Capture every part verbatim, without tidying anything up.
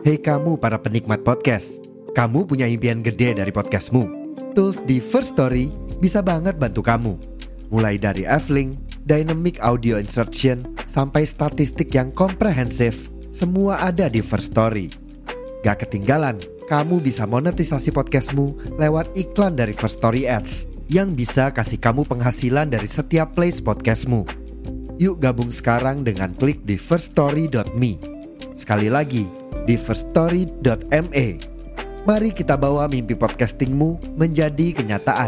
Hei kamu para penikmat podcast, kamu punya impian gede dari podcastmu. Tools di First Story bisa banget bantu kamu. Mulai dari F-Link, Dynamic Audio Insertion, sampai statistik yang komprehensif, semua ada di First Story. Gak ketinggalan, kamu bisa monetisasi podcastmu lewat iklan dari First Story Ads yang bisa kasih kamu penghasilan dari setiap plays podcastmu. Yuk gabung sekarang dengan klik di first story dot me. Sekali lagi, di first story dot me. Mari kita bawa mimpi podcastingmu menjadi kenyataan.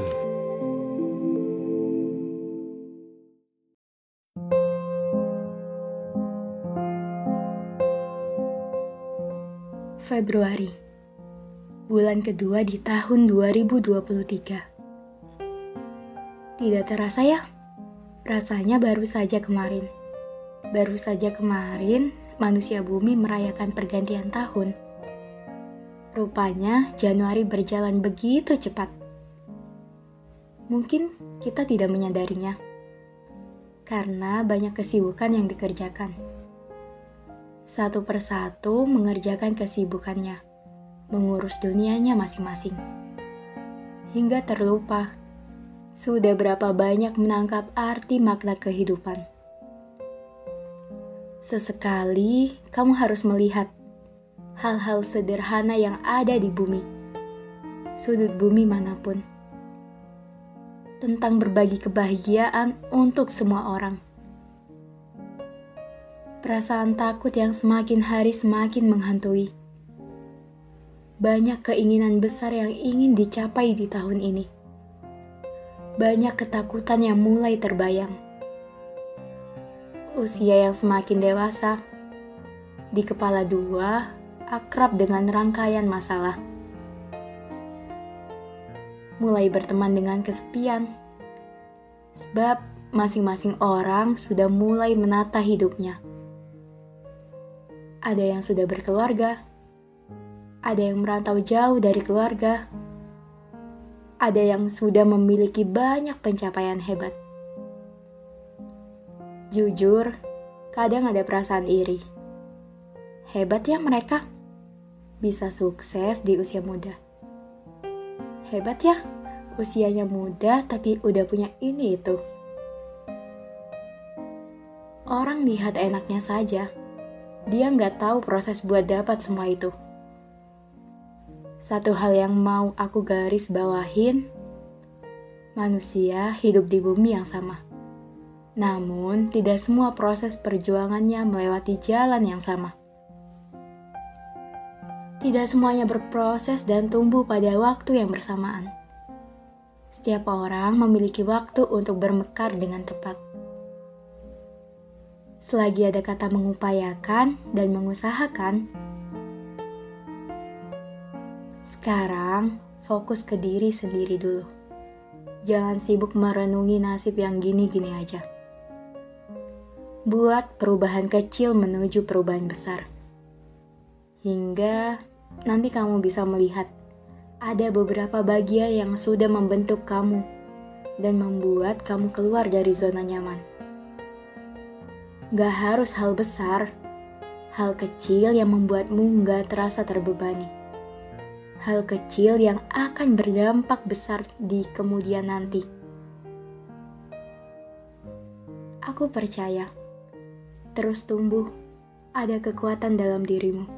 Februari, bulan kedua di tahun dua ribu dua puluh tiga. Tidak terasa ya? Rasanya baru saja kemarin. Baru saja kemarin manusia bumi merayakan pergantian tahun. Rupanya Januari berjalan begitu cepat. Mungkin kita tidak menyadarinya, karena banyak kesibukan yang dikerjakan. Satu persatu mengerjakan kesibukannya, mengurus dunianya masing-masing. Hingga terlupa, sudah berapa banyak menangkap arti makna kehidupan. Sesekali kamu harus melihat hal-hal sederhana yang ada di bumi, sudut bumi manapun, tentang berbagi kebahagiaan untuk semua orang. Perasaan takut yang semakin hari semakin menghantui. Banyak keinginan besar yang ingin dicapai di tahun ini. Banyak ketakutan yang mulai terbayang. Usia yang semakin dewasa, di kepala dua, akrab dengan rangkaian masalah. Mulai berteman dengan kesepian, sebab masing-masing orang sudah mulai menata hidupnya. Ada yang sudah berkeluarga, ada yang merantau jauh dari keluarga, ada yang sudah memiliki banyak pencapaian hebat. Jujur, kadang ada perasaan iri. Hebat ya mereka, bisa sukses di usia muda. Hebat ya, usianya muda tapi udah punya ini itu. Orang lihat enaknya saja, dia nggak tahu proses buat dapat semua itu. Satu hal yang mau aku garis bawahin, manusia hidup di bumi yang sama. Namun, tidak semua proses perjuangannya melewati jalan yang sama. Tidak semuanya berproses dan tumbuh pada waktu yang bersamaan. Setiap orang memiliki waktu untuk bermekar dengan tepat. Selagi ada kata mengupayakan dan mengusahakan, sekarang fokus ke diri sendiri dulu. Jangan sibuk merenungi nasib yang gini-gini aja. Buat perubahan kecil menuju perubahan besar. Hingga nanti kamu bisa melihat ada beberapa bagian yang sudah membentuk kamu dan membuat kamu keluar dari zona nyaman. Gak harus hal besar, hal kecil yang membuatmu gak terasa terbebani. Hal kecil yang akan berdampak besar di kemudian nanti. Aku percaya, terus tumbuh, ada kekuatan dalam dirimu.